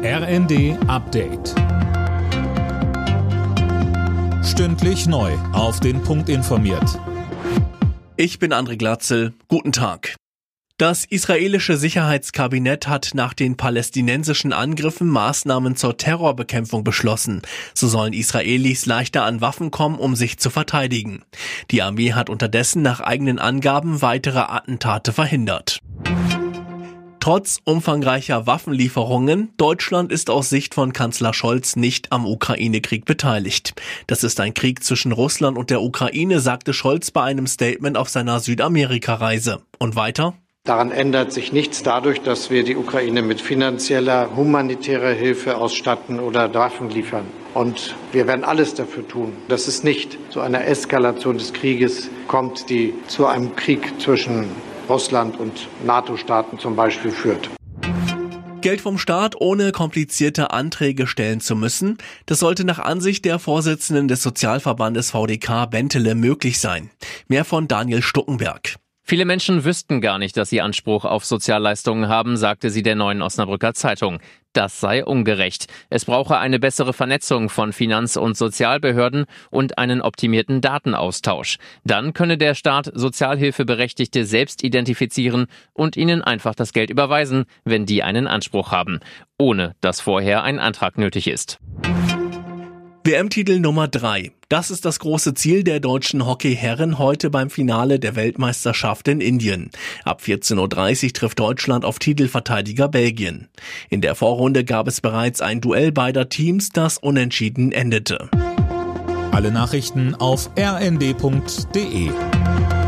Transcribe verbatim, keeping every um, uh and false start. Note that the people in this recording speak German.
R N D Update. Stündlich neu auf den Punkt informiert. Ich bin André Glatzel. Guten Tag. Das israelische Sicherheitskabinett hat nach den palästinensischen Angriffen Maßnahmen zur Terrorbekämpfung beschlossen. So sollen Israelis leichter an Waffen kommen, um sich zu verteidigen. Die Armee hat unterdessen nach eigenen Angaben weitere Attentate verhindert. Trotz umfangreicher Waffenlieferungen, Deutschland ist aus Sicht von Kanzler Scholz nicht am Ukraine-Krieg beteiligt. Das ist ein Krieg zwischen Russland und der Ukraine, sagte Scholz bei einem Statement auf seiner Südamerika-Reise. Und weiter? Daran ändert sich nichts dadurch, dass wir die Ukraine mit finanzieller, humanitärer Hilfe ausstatten oder Waffen liefern. Und wir werden alles dafür tun, dass es nicht zu einer Eskalation des Krieges kommt, die zu einem Krieg zwischen Russland und NATO-Staaten zum Beispiel führt. Geld vom Staat ohne komplizierte Anträge stellen zu müssen, das sollte nach Ansicht der Vorsitzenden des Sozialverbandes V D K Bentele möglich sein. Mehr von Daniel Stuckenberg. Viele Menschen wüssten gar nicht, dass sie Anspruch auf Sozialleistungen haben, sagte sie der Neuen Osnabrücker Zeitung. Das sei ungerecht. Es brauche eine bessere Vernetzung von Finanz- und Sozialbehörden und einen optimierten Datenaustausch. Dann könne der Staat Sozialhilfeberechtigte selbst identifizieren und ihnen einfach das Geld überweisen, wenn die einen Anspruch haben, ohne dass vorher ein Antrag nötig ist. W M-Titel Nummer drei. Das ist das große Ziel der deutschen Hockeyherren heute beim Finale der Weltmeisterschaft in Indien. Ab vierzehn Uhr dreißig trifft Deutschland auf Titelverteidiger Belgien. In der Vorrunde gab es bereits ein Duell beider Teams, das unentschieden endete. Alle Nachrichten auf r n d punkt d e.